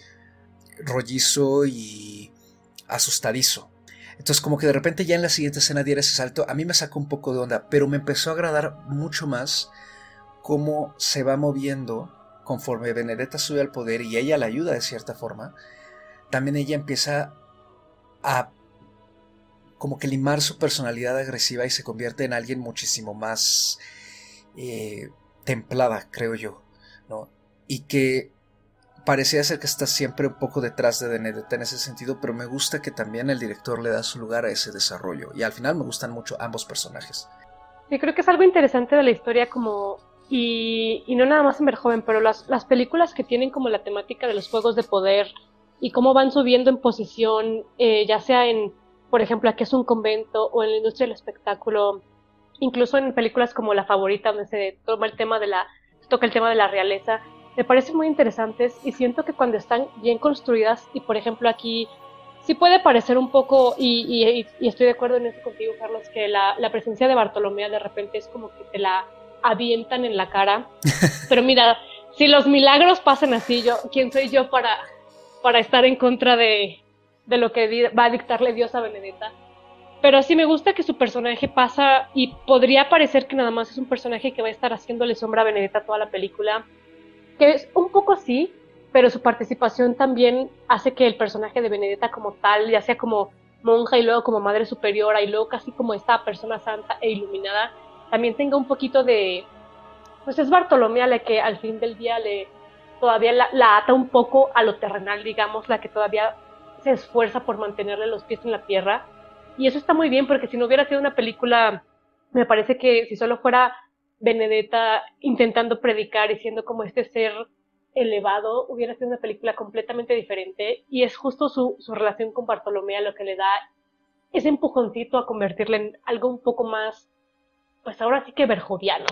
rollizo y asustadizo. Entonces como que de repente ya en la siguiente escena diera ese salto, a mí me sacó un poco de onda, pero me empezó a agradar mucho más cómo se va moviendo. Conforme Benedetta sube al poder y ella la ayuda de cierta forma, también ella empieza a como que limar su personalidad agresiva y se convierte en alguien muchísimo más eh, templada, creo yo, ¿no? Y que parecía ser que está siempre un poco detrás de Benedetta en ese sentido, pero me gusta que también el director le da su lugar a ese desarrollo y al final me gustan mucho ambos personajes. Sí, creo que es algo interesante de la historia como... Y, y no nada más en Verhoeven, pero las, las películas que tienen como la temática de los juegos de poder y cómo van subiendo en posición, eh, ya sea en, por ejemplo, aquí es un convento o en la industria del espectáculo, incluso en películas como La Favorita, donde se toma el tema de la, se toca el tema de la realeza, me parecen muy interesantes y siento que cuando están bien construidas, y por ejemplo aquí sí puede parecer un poco, y, y, y estoy de acuerdo en eso contigo, Carlos, que la, la presencia de Bartolomea de repente es como que te la avientan en la cara, pero mira, si los milagros pasan así, yo, ¿quién soy yo para, para estar en contra de, de lo que di, va a dictarle Dios a Benedetta? Pero sí me gusta que su personaje pasa, y podría parecer que nada más es un personaje que va a estar haciéndole sombra a Benedetta toda la película, que es un poco sí, pero su participación también hace que el personaje de Benedetta como tal, ya sea como monja y luego como madre superiora y luego casi como esta persona santa e iluminada, también tenga un poquito de, pues es Bartolomea la que al fin del día le todavía la, la ata un poco a lo terrenal, digamos, la que todavía se esfuerza por mantenerle los pies en la tierra, y eso está muy bien porque si no hubiera sido una película, me parece que si solo fuera Benedetta intentando predicar y siendo como este ser elevado, hubiera sido una película completamente diferente, y es justo su, su relación con Bartolomea lo que le da ese empujoncito a convertirle en algo un poco más, pues ahora sí que verjoviano.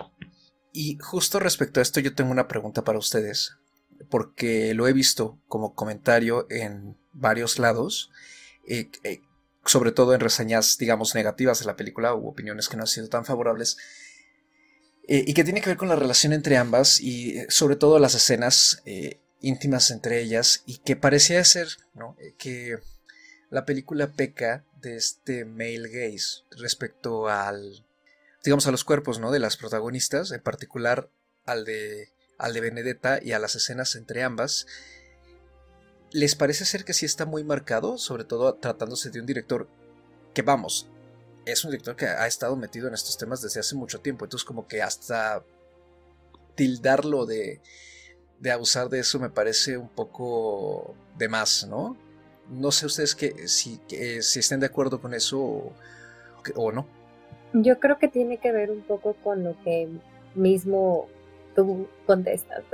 Y justo respecto a esto yo tengo una pregunta para ustedes, porque lo he visto como comentario en varios lados, eh, eh, sobre todo en reseñas, digamos, negativas de la película u opiniones que no han sido tan favorables. eh, y que tiene que ver con la relación entre ambas y eh, sobre todo las escenas eh, íntimas entre ellas, y que parecía ser, ¿no?, eh, que la película peca de este male gaze respecto al, digamos, a los cuerpos, ¿no?, de las protagonistas, en particular al de, al de Benedetta y a las escenas entre ambas. ¿Les parece ser que sí está muy marcado, sobre todo tratándose de un director que, vamos, es un director que ha estado metido en estos temas desde hace mucho tiempo? Entonces como que hasta tildarlo de, de abusar de eso me parece un poco de más, ¿no? No sé ustedes que, si, que, si estén de acuerdo con eso o, o no. Yo creo que tiene que ver un poco con lo que mismo tú contestas,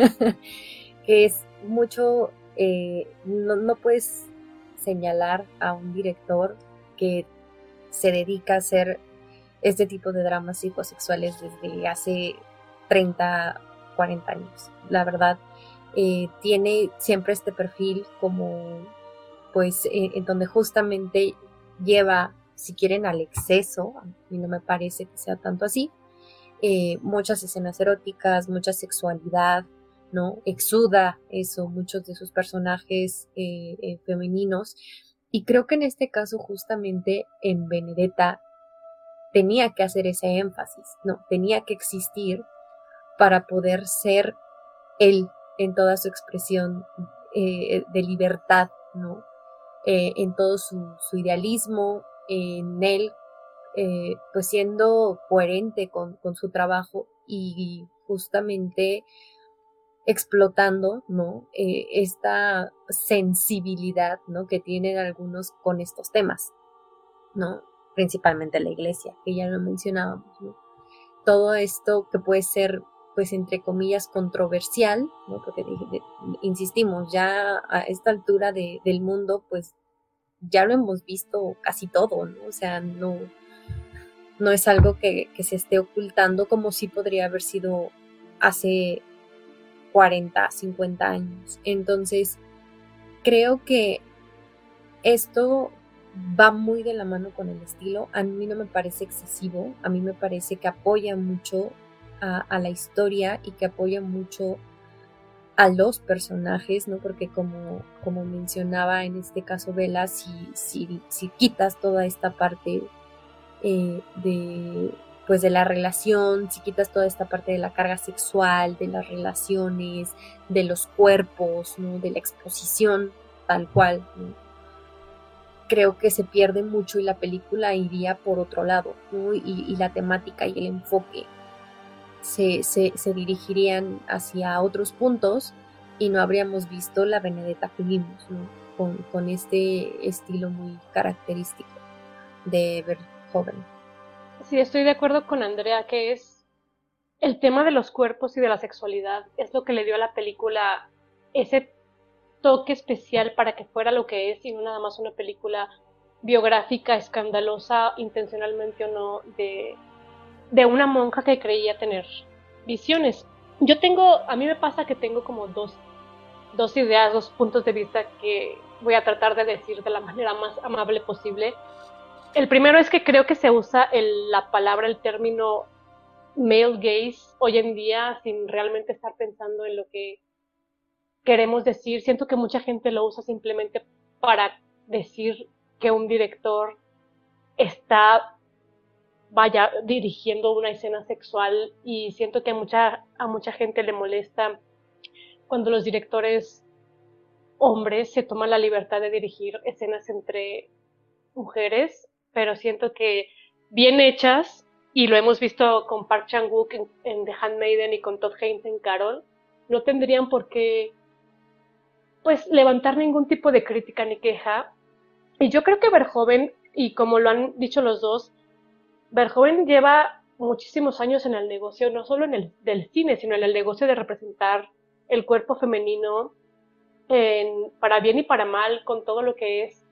que es mucho, eh, no, no puedes señalar a un director que se dedica a hacer este tipo de dramas psicosexuales desde hace treinta, cuarenta años. La verdad, eh, tiene siempre este perfil como, pues, eh, en donde justamente lleva, si quieren, al exceso. A mí no me parece que sea tanto así. Eh, muchas escenas eróticas, mucha sexualidad, ¿no? Exuda eso, muchos de sus personajes eh, eh, femeninos. Y creo que en este caso, justamente en Benedetta, tenía que hacer ese énfasis, ¿no? Tenía que existir para poder ser él en toda su expresión eh, de libertad, ¿no? Eh, en todo su, su idealismo, en él, eh, pues siendo coherente con, con su trabajo y justamente explotando, ¿no? Eh, esta sensibilidad, ¿no?, que tienen algunos con estos temas, ¿no? Principalmente la iglesia, que ya lo mencionábamos, ¿no? Todo esto que puede ser, pues, entre comillas, controversial, ¿no? Porque de, de, insistimos, ya a esta altura de, del mundo, pues, ya lo hemos visto casi todo, ¿no? O sea, no, no es algo que, que se esté ocultando como sí podría haber sido hace cuarenta, cincuenta años. Entonces, creo que esto va muy de la mano con el estilo. A mí no me parece excesivo, a mí me parece que apoya mucho a, a la historia y que apoya mucho a los personajes, ¿no? Porque como, como mencionaba en este caso Bella, si, si, si quitas toda esta parte eh, de, pues de la relación, si quitas toda esta parte de la carga sexual, de las relaciones, de los cuerpos, ¿no?, de la exposición tal cual, ¿no?, creo que se pierde mucho y la película iría por otro lado, ¿no? y, y la temática y el enfoque se, se, se dirigirían hacia otros puntos y no habríamos visto la Benedetta que vimos, ¿no?, con, con este estilo muy característico de Verhoeven. Sí, estoy de acuerdo con Andrea, que es el tema de los cuerpos y de la sexualidad, es lo que le dio a la película ese toque especial para que fuera lo que es y no nada más una película biográfica, escandalosa, intencionalmente o no, de, de una monja que creía tener visiones. Yo tengo, a mí me pasa que tengo como dos, dos ideas, dos puntos de vista que voy a tratar de decir de la manera más amable posible. El primero es que creo que se usa el, la palabra, el término male gaze hoy en día sin realmente estar pensando en lo que queremos decir. Siento que mucha gente lo usa simplemente para decir que un director está, vaya, dirigiendo una escena sexual, y siento que a mucha, a mucha gente le molesta cuando los directores hombres se toman la libertad de dirigir escenas entre mujeres, pero siento que bien hechas, y lo hemos visto con Park Chan-wook en, en The Handmaiden y con Todd Haynes en Carol, no tendrían por qué, pues, levantar ningún tipo de crítica ni queja. Y yo creo que Verhoeven, y como lo han dicho los dos, Verhoeven lleva muchísimos años en el negocio, no solo en el del cine, sino en el negocio de representar el cuerpo femenino, en, para bien y para mal, con todo lo que es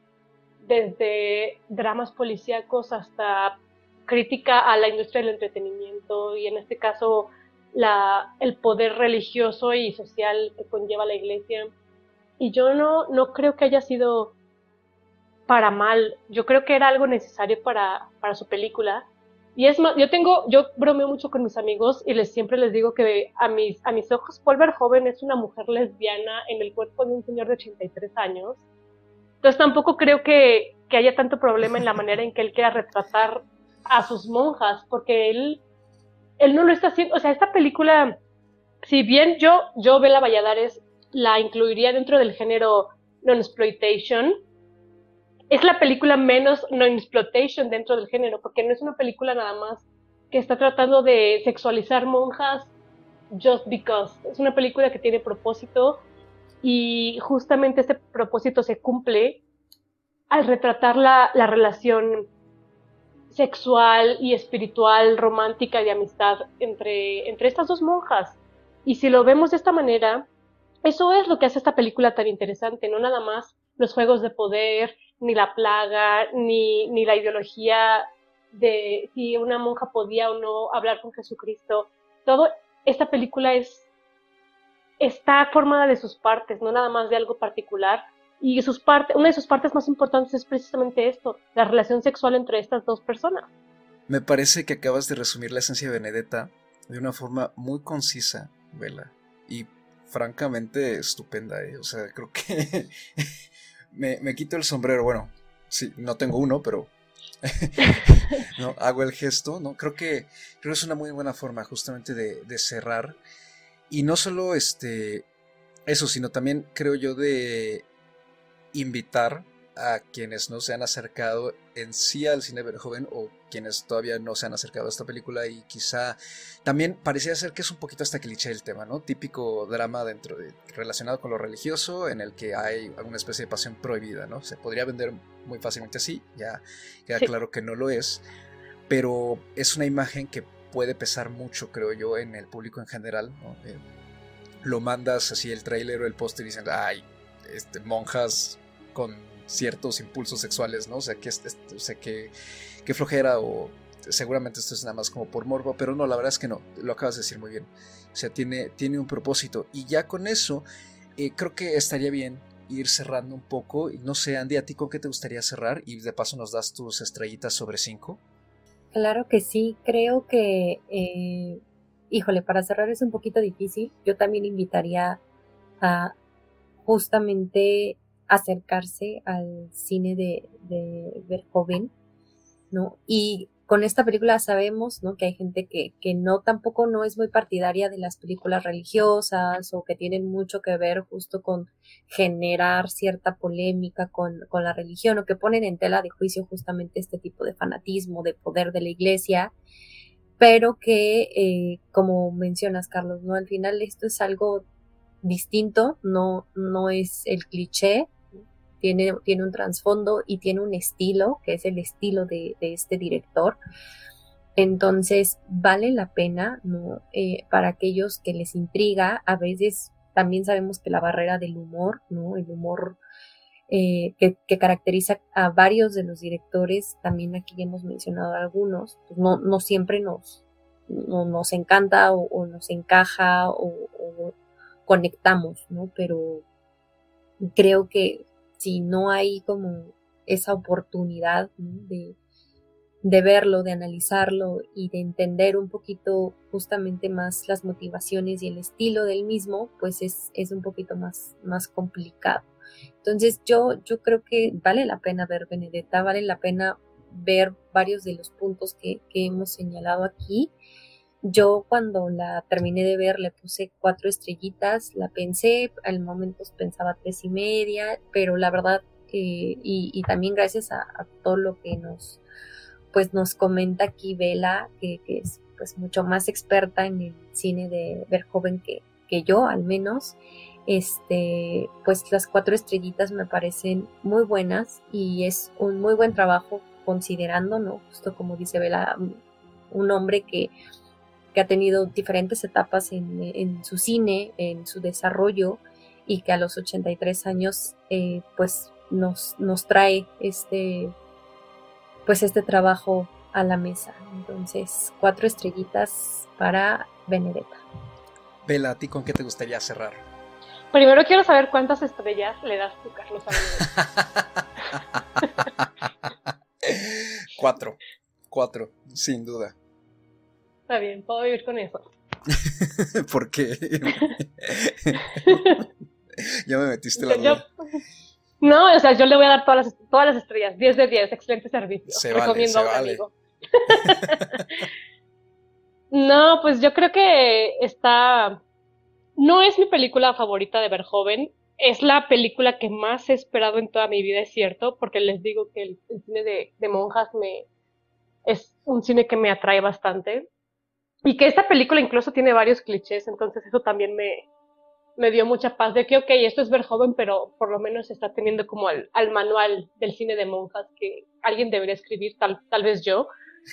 desde dramas policíacos hasta crítica a la industria del entretenimiento, y en este caso la, el poder religioso y social que conlleva la iglesia. Y yo no, no creo que haya sido para mal, yo creo que era algo necesario para, para su película, Y es más, yo tengo, yo bromeo mucho con mis amigos y les siempre les digo que a mis, a mis ojos Paul Verhoeven es una mujer lesbiana en el cuerpo de un señor de ochenta y tres años. Entonces tampoco creo que, que haya tanto problema en la manera en que él quiera retratar a sus monjas, porque él, él no lo está haciendo. O sea, esta película, si bien yo, yo Bela Valladares la incluiría dentro del género non-exploitation, es la película menos non-exploitation dentro del género, porque no es una película nada más que está tratando de sexualizar monjas just because. Es una película que tiene propósito y justamente ese propósito se cumple al retratar la, la relación sexual y espiritual, romántica y de amistad entre, entre estas dos monjas. Y si lo vemos de esta manera, eso es lo que hace esta película tan interesante, no nada más los juegos de poder, ni la plaga, ni, ni la ideología de si una monja podía o no hablar con Jesucristo. Todo, esta película es, está formada de sus partes, no nada más de algo particular. Y sus partes, una de sus partes más importantes es precisamente esto, la relación sexual entre estas dos personas. Me parece que acabas de resumir la esencia de Benedetta de una forma muy concisa, Bela, y francamente estupenda, ¿eh? O sea, creo que me, me quito el sombrero. Bueno, sí, no tengo uno, pero no, hago el gesto, ¿no? Creo que, creo que es una muy buena forma justamente de, de cerrar, y no solo este, eso, sino también creo yo de invitar a quienes no se han acercado en sí al cine Verhoeven, o quienes todavía no se han acercado a esta película, y quizá también parecía ser que es un poquito hasta cliché el tema, ¿no? Típico drama dentro de, relacionado con lo religioso, en el que hay alguna especie de pasión prohibida, ¿no? Se podría vender muy fácilmente así, ya queda sí. Claro que no lo es, pero es una imagen que puede pesar mucho, creo yo, en el público en general, ¿no? Eh, lo mandas así el tráiler o el póster diciendo, ay, este, monjas con ciertos impulsos sexuales, ¿no? O sea, que, o sea, que, que flojera, o seguramente esto es nada más como por morbo, pero no, la verdad es que no, lo acabas de decir muy bien. O sea, tiene, tiene un propósito, y ya con eso eh, creo que estaría bien ir cerrando un poco. No sé, Andy, ¿a ti con qué te gustaría cerrar? Y de paso nos das tus estrellitas sobre cinco. Claro que sí, creo que, eh, híjole, para cerrar es un poquito difícil. Yo también invitaría a justamente acercarse al cine de, de Verhoeven, ¿no? Y con esta película sabemos, ¿no?, que hay gente que, que no, tampoco no es muy partidaria de las películas religiosas, o que tienen mucho que ver justo con generar cierta polémica con, con la religión, o que ponen en tela de juicio justamente este tipo de fanatismo, de poder de la iglesia, pero que, eh, como mencionas, Carlos, ¿no?, al final esto es algo distinto, no, no es el cliché. Tiene, tiene un trasfondo y tiene un estilo, que es el estilo de, de este director. Entonces, vale la pena, ¿no? Eh, para aquellos que les intriga. A veces también sabemos que la barrera del humor, ¿no? El humor eh, que, que caracteriza a varios de los directores, también aquí hemos mencionado algunos, pues no, no siempre nos, no, nos encanta o, o nos encaja o, o conectamos, ¿no? Pero creo que si no hay como esa oportunidad, ¿no?, de, de verlo, de analizarlo y de entender un poquito justamente más las motivaciones y el estilo del mismo, pues es, es un poquito más, más complicado. Entonces yo, yo creo que vale la pena ver Benedetta, vale la pena ver varios de los puntos que, que hemos señalado aquí. Yo cuando la terminé de ver le puse cuatro estrellitas, la pensé, al momento pensaba tres y media, pero la verdad, eh, y, y también gracias a, a todo lo que nos, pues nos comenta aquí Bela, que, que es pues mucho más experta en el cine de Verhoeven que, que yo, al menos, este, pues las cuatro estrellitas me parecen muy buenas, y es un muy buen trabajo considerando, ¿no?, justo como dice Bela, un hombre que que ha tenido diferentes etapas en, en su cine, en su desarrollo, y que a los ochenta y tres años eh, pues nos, nos trae este, pues este trabajo a la mesa. Entonces, cuatro estrellitas para Benedetta. Bela, ¿a ti con qué te gustaría cerrar? Primero quiero saber cuántas estrellas le das tú, Carlos, a Cuatro. Cuatro. Sin duda. Está bien, puedo vivir con eso. ¿Por qué? Ya me metiste la Yo- yo- duda. No, o sea, yo le voy a dar todas las, todas las estrellas, diez de diez, excelente servicio. Se vale, Recomiendo se a un vale. amigo. No, pues yo creo que está... No es mi película favorita de Verhoeven, es la película que más he esperado en toda mi vida, es cierto, porque les digo que el, el cine de, de monjas me, es un cine que me atrae bastante. Y que esta película incluso tiene varios clichés, entonces eso también me, me dio mucha paz de que, ok, esto es Verhoeven, pero por lo menos está teniendo como al, al manual del cine de monjas que alguien debería escribir, tal, tal vez yo.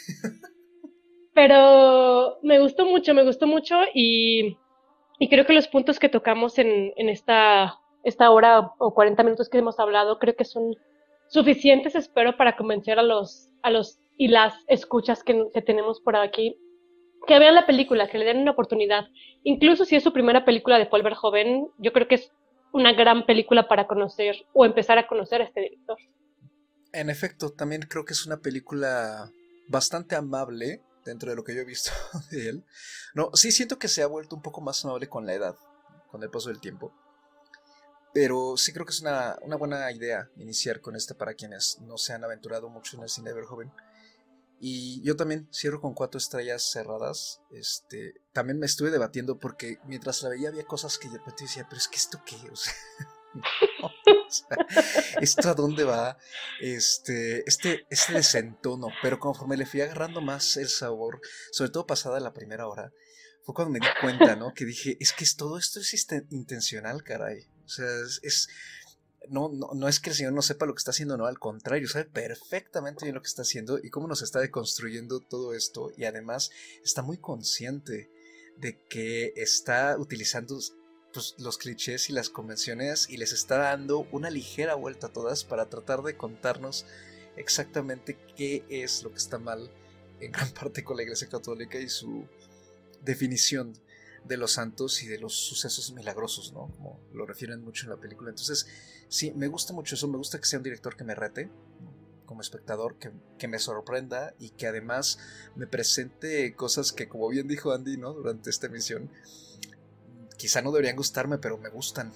Pero me gustó mucho, me gustó mucho y, y creo que los puntos que tocamos en, en esta, esta hora o cuarenta minutos que hemos hablado, creo que son suficientes, espero, para convencer a los, a los y las escuchas que, que tenemos por aquí que vean la película, que le den una oportunidad. Incluso si es su primera película de Paul Verhoeven, yo creo que es una gran película para conocer o empezar a conocer a este director. En efecto, también creo que es una película bastante amable dentro de lo que yo he visto de él. No, sí siento que se ha vuelto un poco más amable con la edad, con el paso del tiempo. Pero sí creo que es una, una buena idea iniciar con esta para quienes no se han aventurado mucho en el cine de Verhoeven. Y yo también cierro con cuatro estrellas cerradas. Este, también me estuve debatiendo porque mientras la veía había cosas que de repente decía, pero es que esto qué, o sea, no, o sea, ¿esto a dónde va? Este, este, este desentono, pero conforme le fui agarrando más el sabor, sobre todo pasada la primera hora, fue cuando me di cuenta, ¿no? Que dije, es que es, todo esto es intencional, caray. O sea, es... es No, no, no es que el señor no sepa lo que está haciendo, no, al contrario, sabe perfectamente bien lo que está haciendo y cómo nos está deconstruyendo todo esto, y además está muy consciente de que está utilizando pues, los clichés y las convenciones y les está dando una ligera vuelta a todas para tratar de contarnos exactamente qué es lo que está mal en gran parte con la Iglesia Católica y su definición de los santos y de los sucesos milagrosos, ¿no? Como lo refieren mucho en la película. Entonces, sí, me gusta mucho eso, me gusta que sea un director que me rete, ¿no? Como espectador, que, que me sorprenda y que además me presente cosas que, como bien dijo Andy, ¿no? Durante esta emisión, quizá no deberían gustarme, pero me gustan.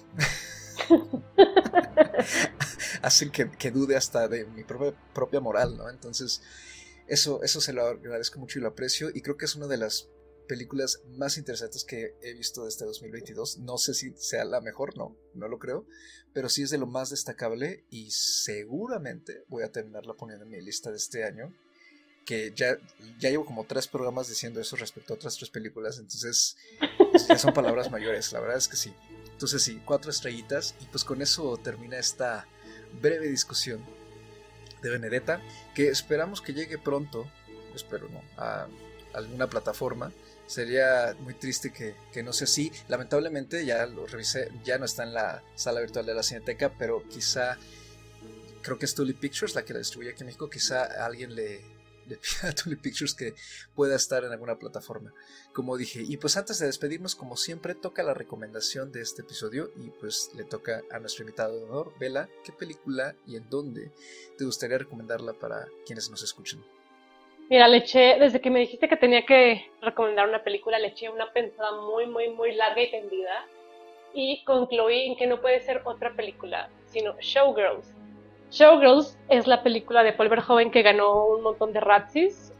Hacen que, que dude hasta de mi propia, propia moral, ¿no? Entonces, eso, eso se lo agradezco mucho y lo aprecio, y creo que es una de las películas más interesantes que he visto de este dos mil veintidós. No sé si sea la mejor, no, no lo creo, pero sí es de lo más destacable y seguramente voy a terminarla poniendo en mi lista de este año, que ya, ya llevo como tres programas diciendo eso respecto a otras tres películas, entonces ya son palabras mayores, la verdad es que sí. Entonces sí, cuatro estrellitas, y pues con eso termina esta breve discusión de Benedetta, que esperamos que llegue pronto, espero no, a alguna plataforma. Sería muy triste que, que no sea así. Lamentablemente ya lo revisé, ya no está en la sala virtual de la Cineteca, pero quizá, creo que es Tulip Pictures la que la distribuye aquí en México, quizá a alguien le, le pida a Tulip Pictures que pueda estar en alguna plataforma, como dije. Y pues antes de despedirnos, como siempre, toca la recomendación de este episodio, y pues le toca a nuestro invitado de honor. Bella, ¿qué película y en dónde te gustaría recomendarla para quienes nos escuchan? Mira, le eché, desde que me dijiste que tenía que recomendar una película, le eché una pensada muy, muy, muy larga y tendida, y concluí en que no puede ser otra película, sino Showgirls. Showgirls es la película de Paul Verhoeven que ganó un montón de Razzies,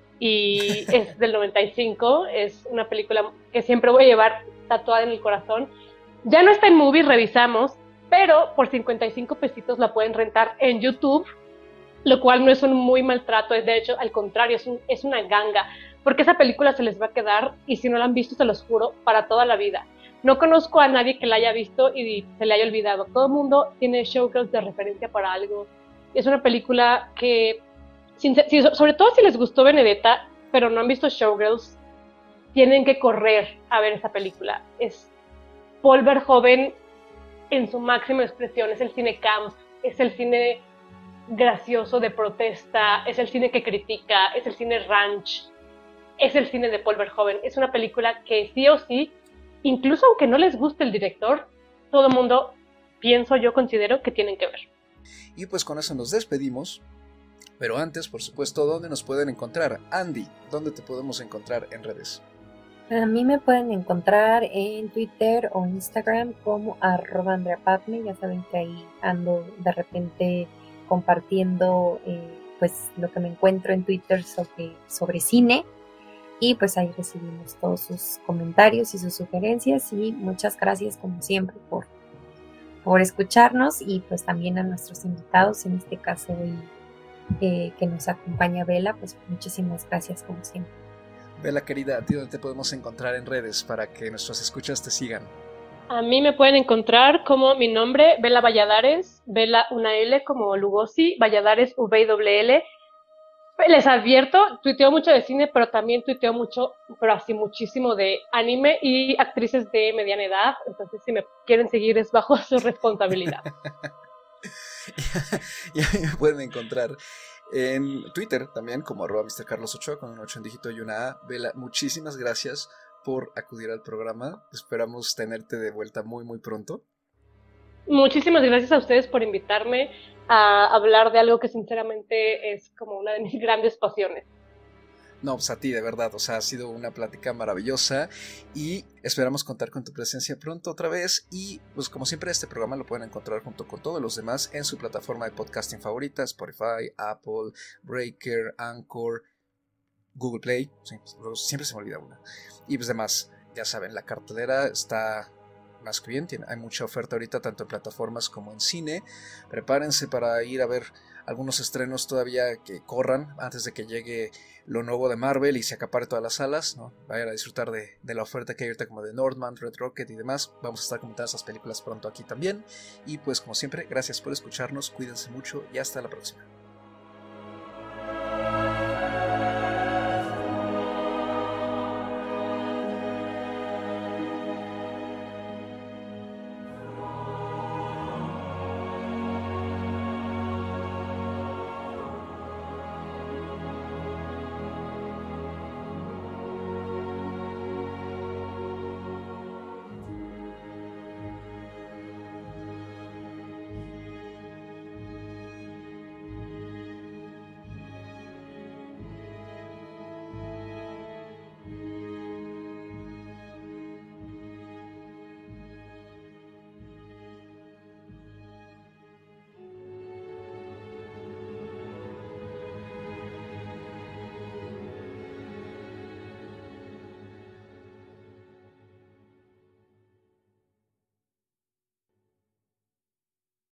y es del noventa y cinco, es una película que siempre voy a llevar tatuada en el corazón. Ya no está en Movie, revisamos, pero por cincuenta y cinco pesitos la pueden rentar en YouTube, lo cual no es un muy maltrato, es de hecho al contrario, es, un, es una ganga, porque esa película se les va a quedar, y si no la han visto se los juro, para toda la vida. No conozco a nadie que la haya visto y se le haya olvidado. Todo el mundo tiene Showgirls de referencia para algo. Es una película que, sin, si, sobre todo si les gustó Benedetta, pero no han visto Showgirls, tienen que correr a ver esa película. Es Paul Verhoeven en su máxima expresión, es el cine camp, es el cine gracioso de protesta, es el cine que critica, es el cine ranch, es el cine de Paul Verhoeven. Es una película que sí o sí, incluso aunque no les guste el director, todo el mundo, pienso yo, considero que tienen que ver. Y pues con eso nos despedimos. Pero antes, por supuesto, ¿dónde nos pueden encontrar? Andy, ¿dónde te podemos encontrar en redes? A mí me pueden encontrar en Twitter o Instagram como arroba Andrea Padme. Ya saben que ahí ando de repente compartiendo eh, pues lo que me encuentro en Twitter sobre, sobre cine. Y pues ahí recibimos todos sus comentarios y sus sugerencias. Y muchas gracias como siempre por, por escucharnos. Y pues también a nuestros invitados, en este caso hoy eh, que nos acompaña Bela, pues muchísimas gracias como siempre. Bela querida, ¿a ti dónde te podemos encontrar en redes para que nuestros escuchas te sigan? A mí me pueden encontrar como mi nombre, Bela Valladares, Bela una L como Lugosi, Valladares V I L L. Les advierto, tuiteo mucho de cine, pero también tuiteo mucho, pero así muchísimo de anime y actrices de mediana edad, entonces si me quieren seguir es bajo su responsabilidad. Y a mí me pueden encontrar en Twitter también como arroba mister Carlos Ochoa con un ocho en dígito y una A. Bela, muchísimas gracias por acudir al programa. Esperamos tenerte de vuelta muy muy pronto. Muchísimas gracias a ustedes por invitarme a hablar de algo que sinceramente es como una de mis grandes pasiones. No, pues a ti, de verdad, o sea, ha sido una plática maravillosa y esperamos contar con tu presencia pronto otra vez y pues como siempre este programa lo pueden encontrar junto con todos los demás en su plataforma de podcasting favorita, Spotify, Apple, Breaker, Anchor, Google Play, sí, siempre se me olvida una. Y pues demás, ya saben, la cartelera está más que bien, tiene, hay mucha oferta ahorita tanto en plataformas como en cine. Prepárense para ir a ver algunos estrenos todavía que corran antes de que llegue lo nuevo de Marvel y se acapare todas las salas, ¿no? Vayan a disfrutar de, de la oferta que hay ahorita como de Northman, Red Rocket y demás. Vamos a estar comentando esas películas pronto aquí también. Y pues como siempre, gracias por escucharnos, cuídense mucho y hasta la próxima.